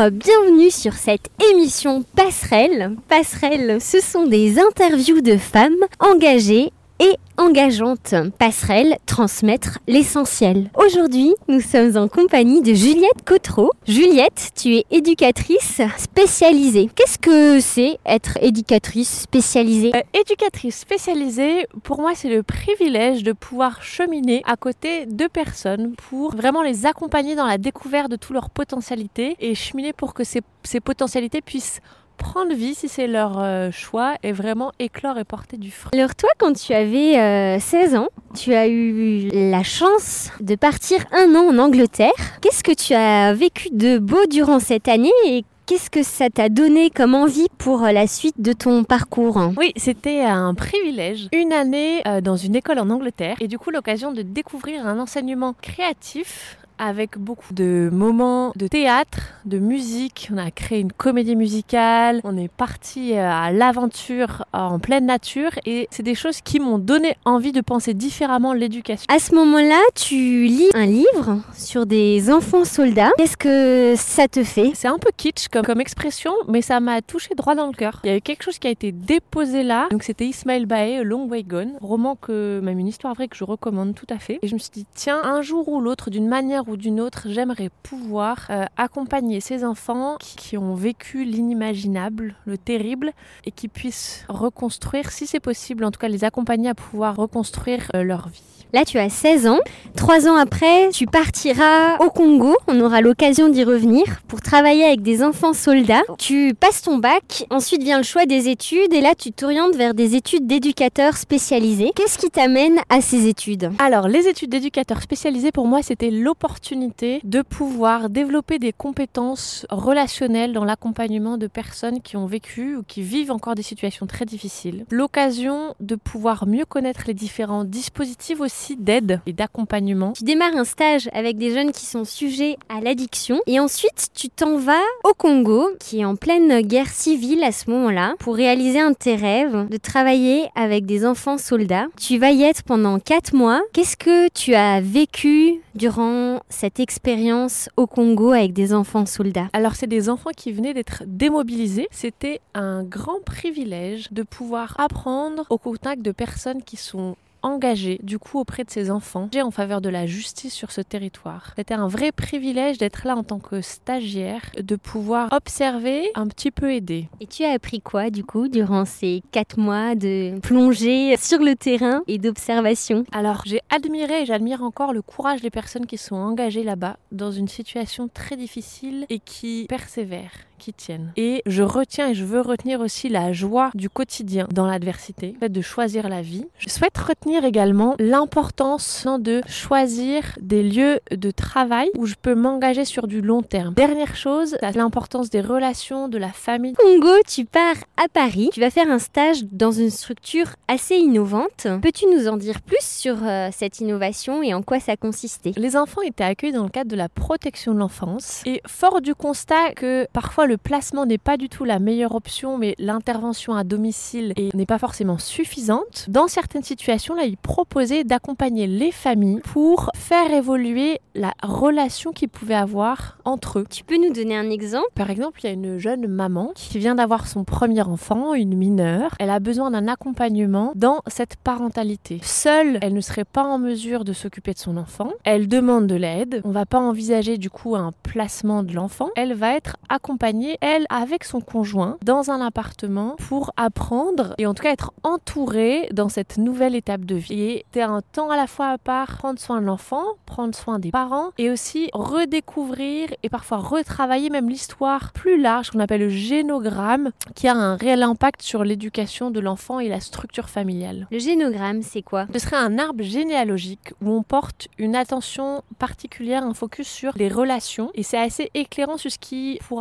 bienvenue sur cette émission Passerelle. Passerelle, ce sont des interviews de femmes engagées et engageantes. Passerelle, transmettre l'essentiel. Aujourd'hui, nous sommes en compagnie de Juliette Cotreau. Juliette, tu es éducatrice spécialisée. Qu'est-ce que c'est être éducatrice spécialisée ? Éducatrice spécialisée, pour moi, c'est le privilège de pouvoir cheminer à côté de personnes pour vraiment les accompagner dans la découverte de toutes leurs potentialités et cheminer pour que ces potentialités puissent prendre vie si c'est leur choix et vraiment éclore et porter du fruit. Alors toi, quand tu avais 16 ans, tu as eu la chance de partir 1 an en Angleterre. Qu'est-ce que tu as vécu de beau durant cette année et qu'est-ce que ça t'a donné comme envie pour la suite de ton parcours ? Oui, c'était un privilège. 1 année dans une école en Angleterre et du coup l'occasion de découvrir un enseignement créatif avec beaucoup de moments de théâtre, de musique. On a créé une comédie musicale, on est parti à l'aventure en pleine nature et c'est des choses qui m'ont donné envie de penser différemment l'éducation. À ce moment-là, tu lis un livre sur des enfants soldats. Qu'est-ce que ça te fait ? C'est un peu kitsch comme expression, mais ça m'a touché droit dans le cœur. Il y avait quelque chose qui a été déposé là, donc c'était Ismaël Bahe, A Long Way Gone, roman même une histoire vraie que je recommande tout à fait. Et je me suis dit, tiens, un jour ou l'autre, d'une manière ou d'une autre, j'aimerais pouvoir accompagner ces enfants qui ont vécu l'inimaginable, le terrible, et qui puissent reconstruire, si c'est possible, en tout cas les accompagner à pouvoir reconstruire leur vie. Là, tu as 16 ans. 3 ans après, tu partiras au Congo. On aura l'occasion d'y revenir pour travailler avec des enfants soldats. Tu passes ton bac. Ensuite vient le choix des études. Et là, tu t'orientes vers des études d'éducateur spécialisé. Qu'est-ce qui t'amène à ces études ? Alors, les études d'éducateur spécialisé, pour moi, c'était l'opportunité de pouvoir développer des compétences relationnelles dans l'accompagnement de personnes qui ont vécu ou qui vivent encore des situations très difficiles. L'occasion de pouvoir mieux connaître les différents dispositifs aussi d'aide et d'accompagnement. Tu démarres un stage avec des jeunes qui sont sujets à l'addiction et ensuite tu t'en vas au Congo qui est en pleine guerre civile à ce moment-là pour réaliser un de tes rêves de travailler avec des enfants soldats. Tu vas y être pendant 4 mois. Qu'est-ce que tu as vécu durant cette expérience au Congo avec des enfants soldats ? Alors c'est des enfants qui venaient d'être démobilisés. C'était un grand privilège de pouvoir apprendre au contact de personnes qui sont engagé du coup auprès de ses enfants en faveur de la justice sur ce territoire. C'était un vrai privilège d'être là en tant que stagiaire, de pouvoir observer, un petit peu aider. Et tu as appris quoi du coup durant ces 4 mois de plongée sur le terrain et d'observation ? Alors j'ai admiré et j'admire encore le courage des personnes qui sont engagées là-bas dans une situation très difficile et qui persévèrent, qui tiennent. Et je retiens et je veux retenir aussi la joie du quotidien dans l'adversité, le fait de choisir la vie. Je souhaite retenir également l'importance de choisir des lieux de travail où je peux m'engager sur du long terme. Dernière chose, l'importance des relations, de la famille. Congo, tu pars à Paris. Tu vas faire un stage dans une structure assez innovante. Peux-tu nous en dire plus sur cette innovation et en quoi ça consistait ? Les enfants étaient accueillis dans le cadre de la protection de l'enfance et fort du constat que parfois le placement n'est pas du tout la meilleure option, mais l'intervention à domicile n'est pas forcément suffisante. Dans certaines situations, là, il proposait d'accompagner les familles pour faire évoluer la relation qu'ils pouvaient avoir entre eux. Tu peux nous donner un exemple ? Par exemple, il y a une jeune maman qui vient d'avoir son premier enfant, une mineure. Elle a besoin d'un accompagnement dans cette parentalité. Seule, elle ne serait pas en mesure de s'occuper de son enfant. Elle demande de l'aide. On ne va pas envisager du coup un placement de l'enfant. Elle va être accompagnée, elle, avec son conjoint, dans un appartement pour apprendre et en tout cas être entourée dans cette nouvelle étape de vie. Et c'est un temps à la fois à part, prendre soin de l'enfant, prendre soin des parents et aussi redécouvrir et parfois retravailler même l'histoire plus large qu'on appelle le génogramme qui a un réel impact sur l'éducation de l'enfant et la structure familiale. Le génogramme, c'est quoi ? Ce serait un arbre généalogique où on porte une attention particulière, un focus sur les relations et c'est assez éclairant sur ce qui pourra peut-être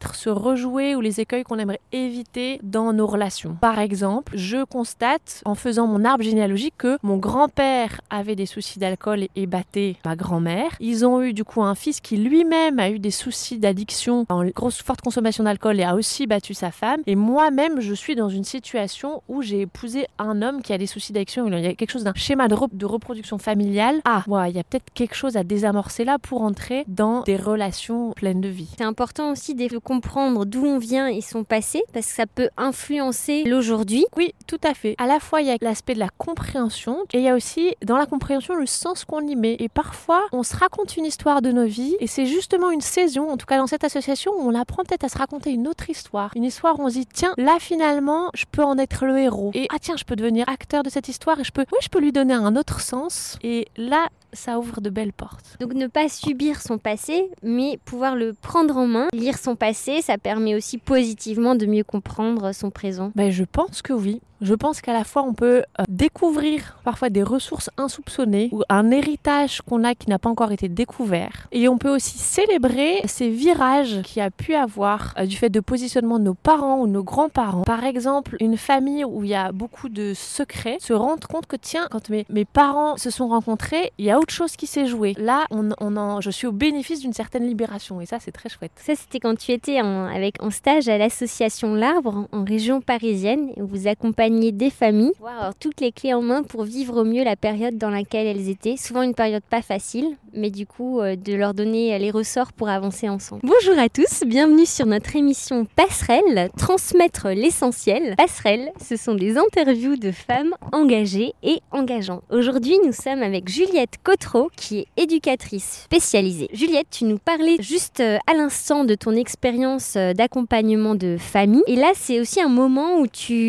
peut-être se rejouer ou les écueils qu'on aimerait éviter dans nos relations. Par exemple, je constate en faisant mon arbre généalogique que mon grand-père avait des soucis d'alcool et battait ma grand-mère. Ils ont eu du coup un fils qui lui-même a eu des soucis d'addiction en forte consommation d'alcool et a aussi battu sa femme. Et moi-même, je suis dans une situation où j'ai épousé un homme qui a des soucis d'addiction. Il y a quelque chose d'un schéma de reproduction familiale. Il y a peut-être quelque chose à désamorcer là pour entrer dans des relations pleines de vie. C'est important aussi de comprendre d'où on vient et son passé, parce que ça peut influencer l'aujourd'hui. Oui, tout à fait. À la fois, il y a l'aspect de la compréhension et il y a aussi, dans la compréhension, le sens qu'on y met. Et parfois, on se raconte une histoire de nos vies et c'est justement une saison, en tout cas dans cette association, où on apprend peut-être à se raconter une autre histoire. Une histoire où on se dit, tiens, là finalement, je peux en être le héros. Et tiens, je peux devenir acteur de cette histoire et je peux lui donner un autre sens. Et là, ça ouvre de belles portes. Donc ne pas subir son passé, mais pouvoir le prendre en main. Lire son passé, ça permet aussi positivement de mieux comprendre son présent. Je pense que oui. Je pense qu'à la fois on peut découvrir parfois des ressources insoupçonnées ou un héritage qu'on a qui n'a pas encore été découvert. Et on peut aussi célébrer ces virages qu'il y a pu avoir du fait de positionnement de nos parents ou de nos grands-parents. Par exemple, une famille où il y a beaucoup de secrets, se rendre compte que tiens, quand mes parents se sont rencontrés, il y a autre chose qui s'est joué. Là, je suis au bénéfice d'une certaine libération et ça, c'est très chouette. Ça, c'était quand tu étais en stage à l'association L'Arbre en région parisienne et vous accompagnez des familles, avoir toutes les clés en main pour vivre au mieux la période dans laquelle elles étaient. Souvent une période pas facile, mais du coup de leur donner les ressorts pour avancer ensemble. Bonjour à tous, bienvenue sur notre émission Passerelle, transmettre l'essentiel. Passerelle, ce sont des interviews de femmes engagées et engageantes. Aujourd'hui, nous sommes avec Juliette Cotreau, qui est éducatrice spécialisée. Juliette, tu nous parlais juste à l'instant de ton expérience d'accompagnement de famille. Et là, c'est aussi un moment où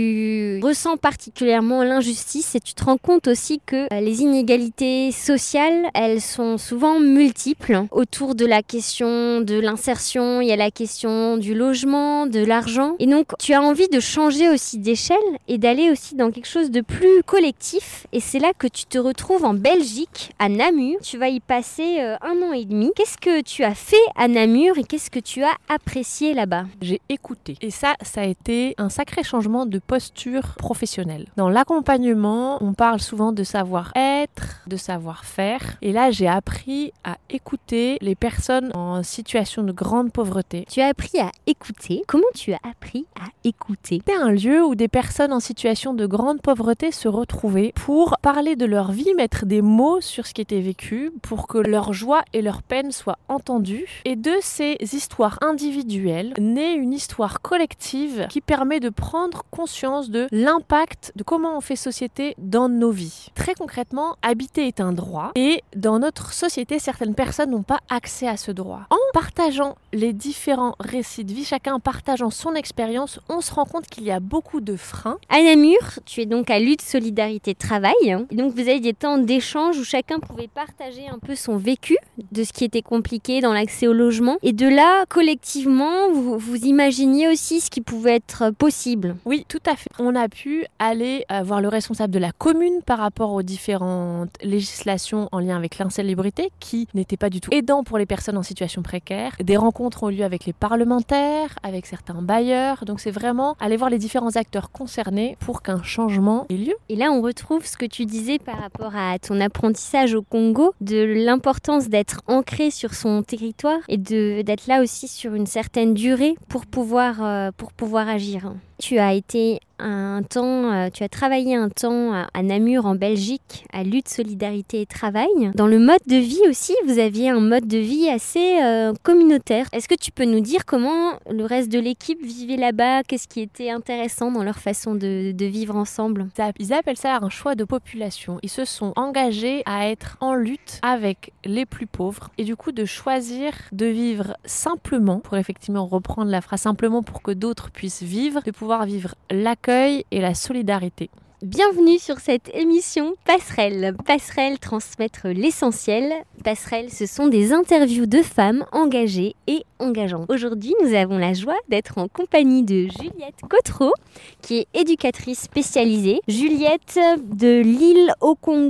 tu ressens particulièrement l'injustice et tu te rends compte aussi que les inégalités sociales, elles sont souvent multiples. Autour de la question de l'insertion, il y a la question du logement, de l'argent. Et donc, tu as envie de changer aussi d'échelle et d'aller aussi dans quelque chose de plus collectif. Et c'est là que tu te retrouves en Belgique, à Namur. Tu vas y passer 1 an et demi. Qu'est-ce que tu as fait à Namur et qu'est-ce que tu as apprécié là-bas ? J'ai écouté. Et ça a été un sacré changement de posture professionnelle. Dans l'accompagnement, on parle souvent de savoir-être, de savoir-faire. Et là, j'ai appris à écouter les personnes en situation de grande pauvreté. Tu as appris à écouter. Comment tu as appris à écouter ? C'était un lieu où des personnes en situation de grande pauvreté se retrouvaient pour parler de leur vie, mettre des mots sur ce qui était vécu, pour que leur joie et leur peine soient entendues. Et de ces histoires individuelles naît une histoire collective qui permet de prendre conscience de l'impact de comment on fait société dans nos vies. Très concrètement, habiter est un droit et dans notre société, certaines personnes n'ont pas accès à ce droit. En partageant les différents récits de vie, chacun partageant son expérience, on se rend compte qu'il y a beaucoup de freins. À Namur, tu es donc à Lutte Solidarité Travail. Et donc vous avez des temps d'échange où chacun pouvait partager un peu son vécu de ce qui était compliqué dans l'accès au logement. Et de là, collectivement, vous imaginiez aussi ce qui pouvait être possible. Oui, tout à fait. On a pu aller voir le responsable de la commune par rapport aux différentes législations en lien avec l'insalubrité qui n'étaient pas du tout aidants pour les personnes en situation précaire. Des rencontres ont lieu avec les parlementaires, avec certains bailleurs. Donc c'est vraiment aller voir les différents acteurs concernés pour qu'un changement ait lieu. Et là, on retrouve ce que tu disais par rapport à ton apprentissage au Congo, de l'importance d'être ancré sur son territoire et d'être là aussi sur une certaine durée pour pouvoir agir. Tu as été tu as travaillé un temps à Namur en Belgique, à Lutte Solidarité et Travail. Dans le mode de vie aussi, vous aviez un mode de vie assez communautaire. Est-ce que tu peux nous dire comment le reste de l'équipe vivait là-bas ? Qu'est-ce qui était intéressant dans leur façon de vivre ensemble ? Ils appellent ça un choix de population. Ils se sont engagés à être en lutte avec les plus pauvres et du coup de choisir de vivre simplement, pour effectivement reprendre la phrase simplement pour que d'autres puissent vivre, de pouvoir vivre l'accueil et la solidarité. Bienvenue sur cette émission Passerelle. Passerelle, transmettre l'essentiel. Passerelle, ce sont des interviews de femmes engagées et engageantes. Aujourd'hui, nous avons la joie d'être en compagnie de Juliette Cotreau, qui est éducatrice spécialisée. Juliette, de l'île au Congo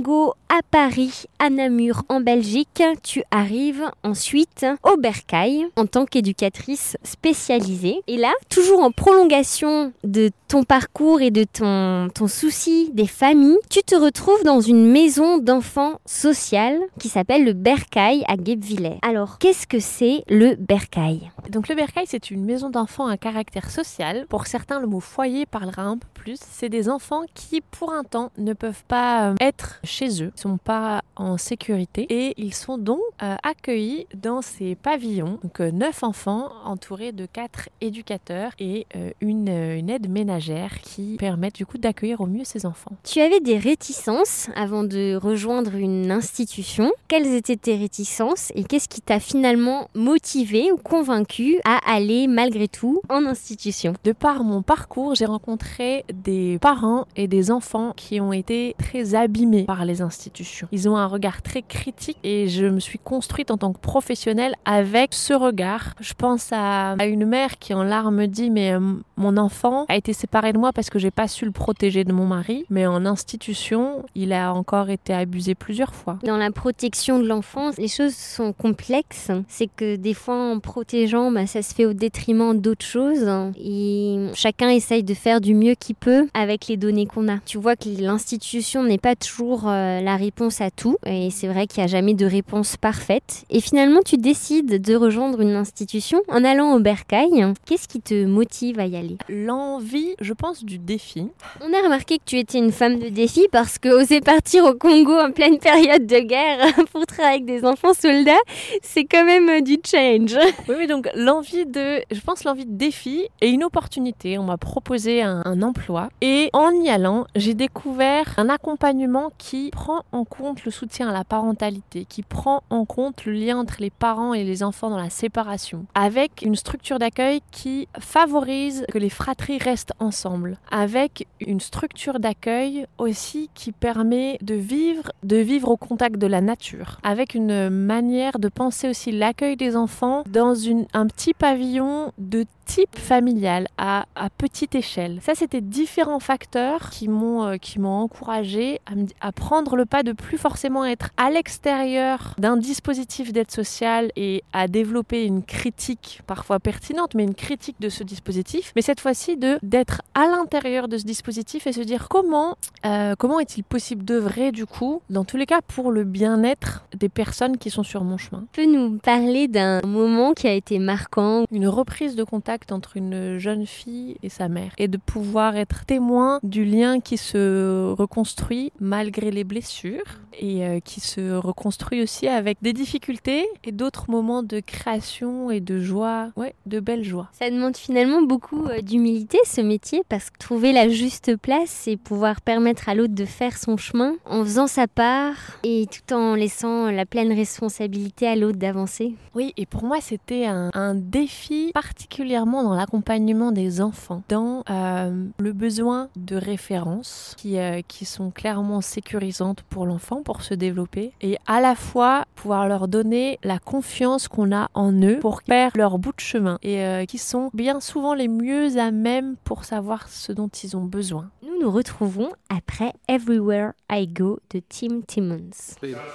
à Paris, à Namur en Belgique. Tu arrives ensuite au Bercail en tant qu'éducatrice spécialisée. Et là, toujours en prolongation de ton parcours et de ton souci des familles, tu te retrouves dans une maison d'enfants sociale qui s'appelle le Bercail à Guebwiller. Alors, qu'est-ce que c'est le Bercail ? Donc le Bercail, c'est une maison d'enfants à caractère social. Pour certains, le mot foyer parlera un peu plus. C'est des enfants qui, pour un temps, ne peuvent pas être chez eux, ne sont pas en sécurité et ils sont donc accueillis dans ces pavillons. Donc 9 enfants entourés de 4 éducateurs et une aide ménagère qui permettent du coup d'accueillir au mieux ces enfants. Tu avais des réticences avant de rejoindre une institution. Quelles étaient tes réticences et qu'est-ce qui t'a finalement motivé ou convaincu à aller malgré tout en institution ? De par mon parcours, j'ai rencontré des parents et des enfants qui ont été très abîmés par les institutions. Ils ont un regard très critique et je me suis construite en tant que professionnelle avec ce regard. Je pense à une mère qui en larmes dit mais mon enfant a été séparé de moi parce que j'ai pas su le protéger de mon mari, mais en institution, il a encore été abusé plusieurs fois. Dans la protection de l'enfance, les choses sont complexes. C'est que des fois en protégeant, ça se fait au détriment d'autres choses et chacun essaye de faire du mieux qu'il peut avec les données qu'on a. Tu vois que l'institution n'est pas toujours la réponse à tout et c'est vrai qu'il n'y a jamais de réponse parfaite. Et finalement, tu décides de rejoindre une institution en allant au Bercail. Qu'est-ce qui te motive à y aller ? L'envie, je pense, du défi. On a remarqué que tu étais une femme de défi parce que oser partir au Congo en pleine période de guerre pour travailler avec des enfants soldats, c'est quand même du challenge. Oui, donc l'envie de défi et une opportunité. On m'a proposé un emploi et en y allant, j'ai découvert un accompagnement qui prend en compte le soutien à la parentalité, qui prend en compte le lien entre les parents et les enfants dans la séparation, avec une structure d'accueil qui favorise que les fratries restent ensemble, avec une structure d'accueil aussi qui permet de vivre au contact de la nature, avec une manière de penser aussi l'accueil des enfants dans un petit pavillon de type familial à petite échelle. Ça, c'était différents facteurs qui m'ont encouragée à prendre le pas de plus forcément être à l'extérieur d'un dispositif d'aide sociale et à développer une critique parfois pertinente, mais une critique de ce dispositif. Mais cette fois-ci, d'être à l'intérieur de ce dispositif et se dire comment est-il possible d'œuvrer du coup, dans tous les cas, pour le bien-être des personnes qui sont sur mon chemin. Tu peux nous parler d'un moment qui a été marquant ? Une reprise de contact entre une jeune fille et sa mère et de pouvoir être témoin du lien qui se reconstruit malgré les blessures et qui se reconstruit aussi avec des difficultés et d'autres moments de création et de joie, de belles joies. Ça demande finalement beaucoup d'humilité ce métier parce que trouver la juste place c'est pouvoir permettre à l'autre de faire son chemin en faisant sa part et tout en laissant la pleine responsabilité à l'autre d'avancer. Oui, et pour moi c'était un défi particulièrement dans l'accompagnement des enfants, dans le besoin de références qui sont clairement sécurisantes pour l'enfant, pour se développer, et à la fois pouvoir leur donner la confiance qu'on a en eux pour faire leur bout de chemin, et qui sont bien souvent les mieux à même pour savoir ce dont ils ont besoin. Nous nous retrouvons après Everywhere I Go de Tim Timmons.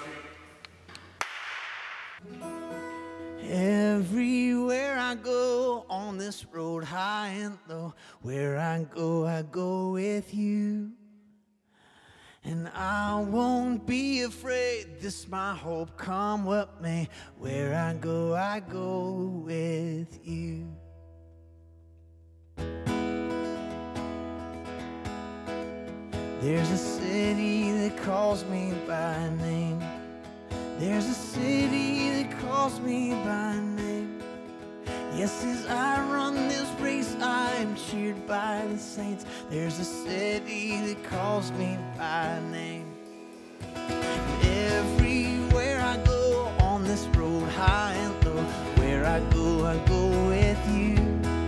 Everywhere I go on this road high and low, where I go with you. And I won't be afraid, this my hope, come what may. Where I go with you. There's a city that calls me by name. There's a city that calls me by name. Yes, as I run this race, I am cheered by the saints. There's a city that calls me by name. Everywhere I go on this road high and low, where I go with you.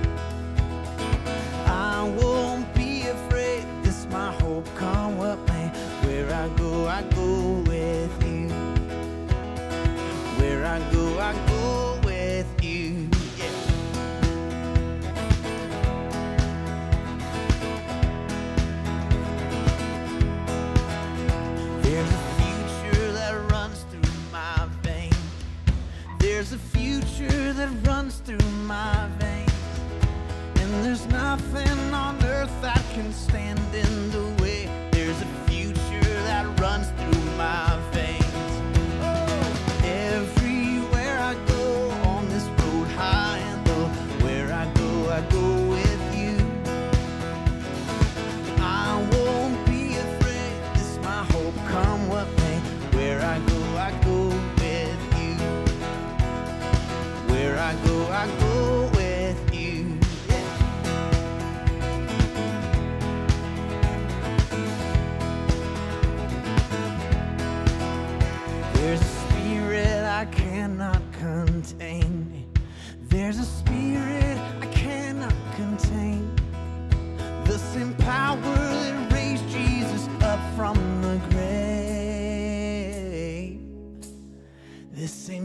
I won't be afraid, this my hope, come what may. Where I go with you. Where I go with you, yeah. There's a future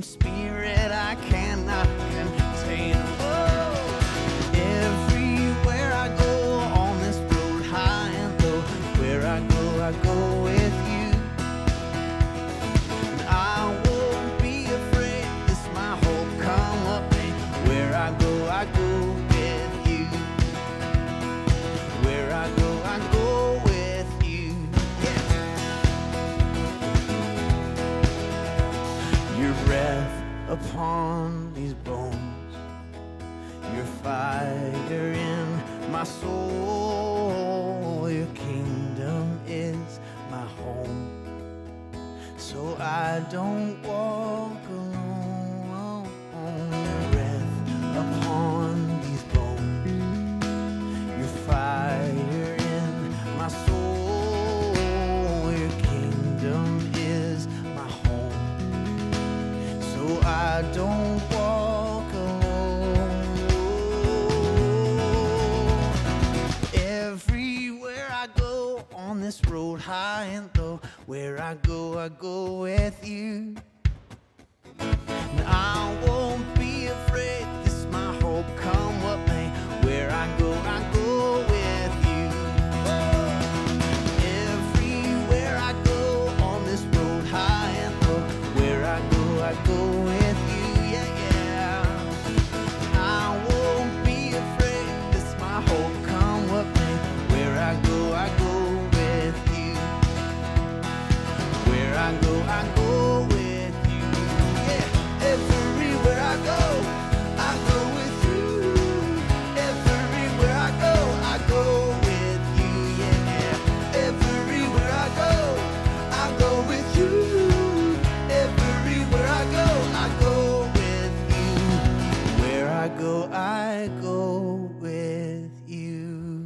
in spirit I cannot contain. Oh, everywhere I go on this road high and low, where I go with you. And I won't be afraid, this my hope, come up me. Where I go with you. Where I go with you. Yeah. Your breath upon these bones, your fire in my soul, your kingdom is my home, so I don't walk alone. Your breath upon these bones, your fire in my soul, your kingdom is my home, so I don't walk alone. Everywhere I go on this road high and low, where I go with you. And I won't be afraid, this is my hope, come what may. Where I go with you. Everywhere I go on this road high and low, where I go with you, yeah, yeah. I won't be afraid, this is my hope, come what may. Where I go with you. Where I go with you, yeah. Everywhere I go with you. Everywhere I go with you, yeah. Everywhere I go with you. Everywhere I go with you. Where I go with you.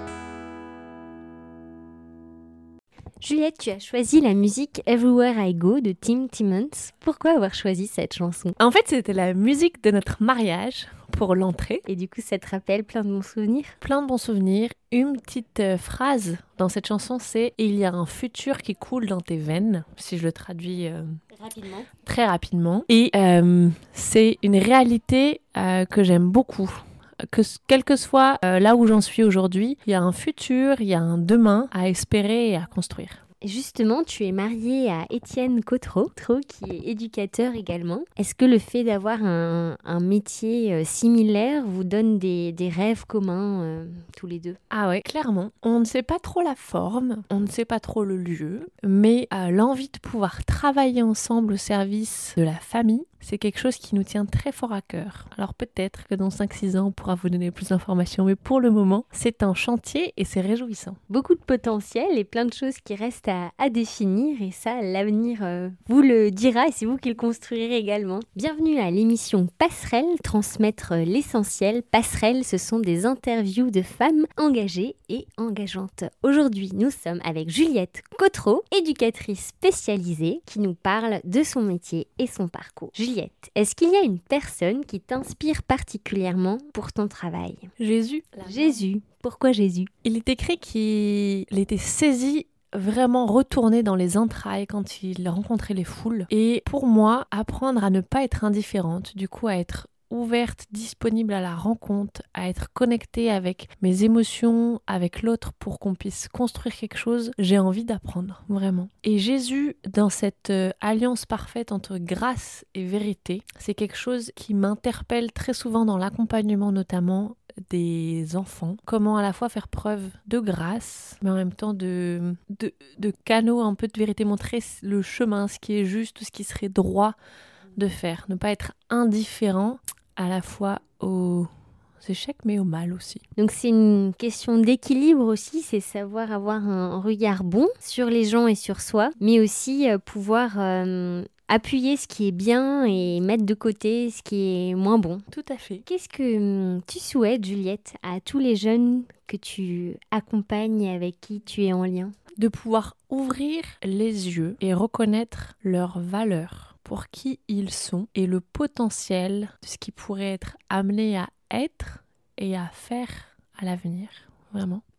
Juliette, tu as choisi la musique Everywhere I Go de Tim Timmons. Pourquoi avoir choisi cette chanson? En fait, c'était la musique de notre mariage pour l'entrée. Et du coup, ça te rappelle plein de bons souvenirs? Plein de bons souvenirs. Une petite phrase dans cette chanson, c'est « Il y a un futur qui coule dans tes veines », si je le traduis Rapidement. très rapidement. Et c'est une réalité que j'aime beaucoup. Quel que soit là où j'en suis aujourd'hui, il y a un futur, il y a un demain à espérer et à construire. Justement, tu es mariée à Étienne Cotreau, qui est éducateur également. Est-ce que le fait d'avoir un métier similaire vous donne des rêves communs tous les deux? Ah ouais, clairement. On ne sait pas trop la forme, on ne sait pas trop le lieu, mais l'envie de pouvoir travailler ensemble au service de la famille, c'est quelque chose qui nous tient très fort à cœur. Alors peut-être que dans 5-6 ans, on pourra vous donner plus d'informations, mais pour le moment, c'est un chantier et c'est réjouissant. Beaucoup de potentiel et plein de choses qui restent à définir, et ça, l'avenir vous le dira et c'est vous qui le construirez également. Bienvenue à l'émission Passerelle, transmettre l'essentiel. Passerelle, ce sont des interviews de femmes engagées et engageantes. Aujourd'hui, nous sommes avec Juliette Cotreau, éducatrice spécialisée, qui nous parle de son métier et son parcours. Juliette, est-ce qu'il y a une personne qui t'inspire particulièrement pour ton travail? Jésus. Jésus. Pourquoi Jésus? Il est écrit qu'il était saisi, vraiment retourné dans les entrailles quand il rencontrait les foules. Et pour moi, apprendre à ne pas être indifférente, du coup à être ouverte, disponible à la rencontre, à être connectée avec mes émotions, avec l'autre pour qu'on puisse construire quelque chose, j'ai envie d'apprendre, vraiment. Et Jésus, dans cette alliance parfaite entre grâce et vérité, c'est quelque chose qui m'interpelle très souvent dans l'accompagnement notamment des enfants. Comment à la fois faire preuve de grâce, mais en même temps de canaux un peu de vérité, montrer le chemin, ce qui est juste, ce qui serait droit de faire. Ne pas être indifférent à la fois aux échecs, mais au mal aussi. Donc c'est une question d'équilibre aussi, c'est savoir avoir un regard bon sur les gens et sur soi, mais aussi pouvoir appuyer ce qui est bien et mettre de côté ce qui est moins bon. Tout à fait. Qu'est-ce que tu souhaites, Juliette, à tous les jeunes que tu accompagnes et avec qui tu es en lien? De pouvoir ouvrir les yeux et reconnaître leurs valeurs, pour qui ils sont et le potentiel de ce qui pourrait être amené à être et à faire à l'avenir, vraiment.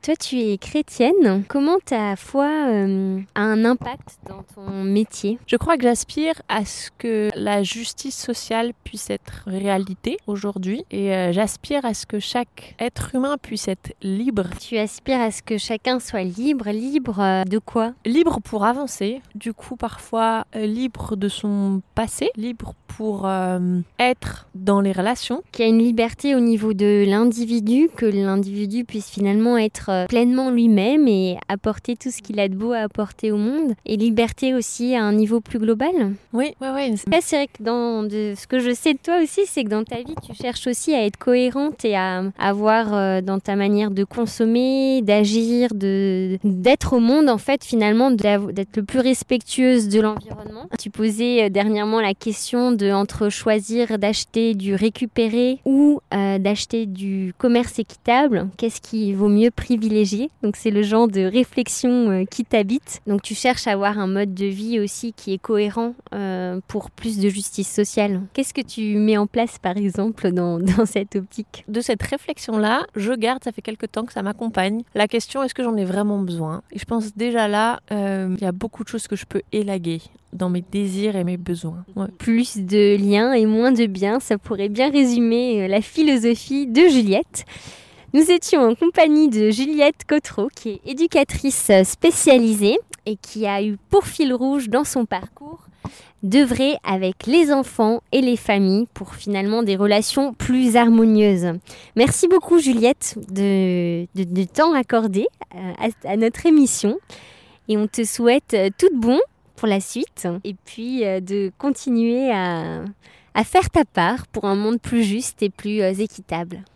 Toi, tu es chrétienne. Comment ta foi a un impact dans ton métier? Je crois que j'aspire à ce que la justice sociale puisse être réalité aujourd'hui et j'aspire à ce que chaque être humain puisse être libre. Tu aspires à ce que chacun soit libre de quoi? Libre pour avancer, du coup parfois libre de son passé, libre pour être dans les relations. Qu'il y a une liberté au niveau de l'individu, que l'individu puisse finalement être pleinement lui-même et apporter tout ce qu'il a de beau à apporter au monde. Et liberté aussi à un niveau plus global. Oui. C'est vrai que de ce que je sais de toi aussi, c'est que dans ta vie, tu cherches aussi à être cohérente et à avoir dans ta manière de consommer, d'agir, d'être au monde, en fait, finalement, d'être le plus respectueuse de l'environnement. Tu posais dernièrement la question entre choisir d'acheter du récupéré ou d'acheter du commerce équitable. Qu'est-ce qui vaut mieux privilégier? Donc, c'est le genre de réflexion qui t'habite. Donc, tu cherches à avoir un mode de vie aussi qui est cohérent pour plus de justice sociale. Qu'est-ce que tu mets en place, par exemple, dans cette optique? De cette réflexion-là, je garde, ça fait quelques temps que ça m'accompagne, la question, est-ce que j'en ai vraiment besoin? Et je pense déjà là, il y a beaucoup de choses que je peux élaguer dans mes désirs et mes besoins. Ouais. Plus de liens et moins de biens, ça pourrait bien résumer la philosophie de Juliette. Nous étions en compagnie de Juliette Cotreau, qui est éducatrice spécialisée et qui a eu pour fil rouge dans son parcours d'œuvrer avec les enfants et les familles pour finalement des relations plus harmonieuses. Merci beaucoup Juliette de temps accordé à notre émission et on te souhaite tout de bon pour la suite et puis de continuer à faire ta part pour un monde plus juste et plus équitable.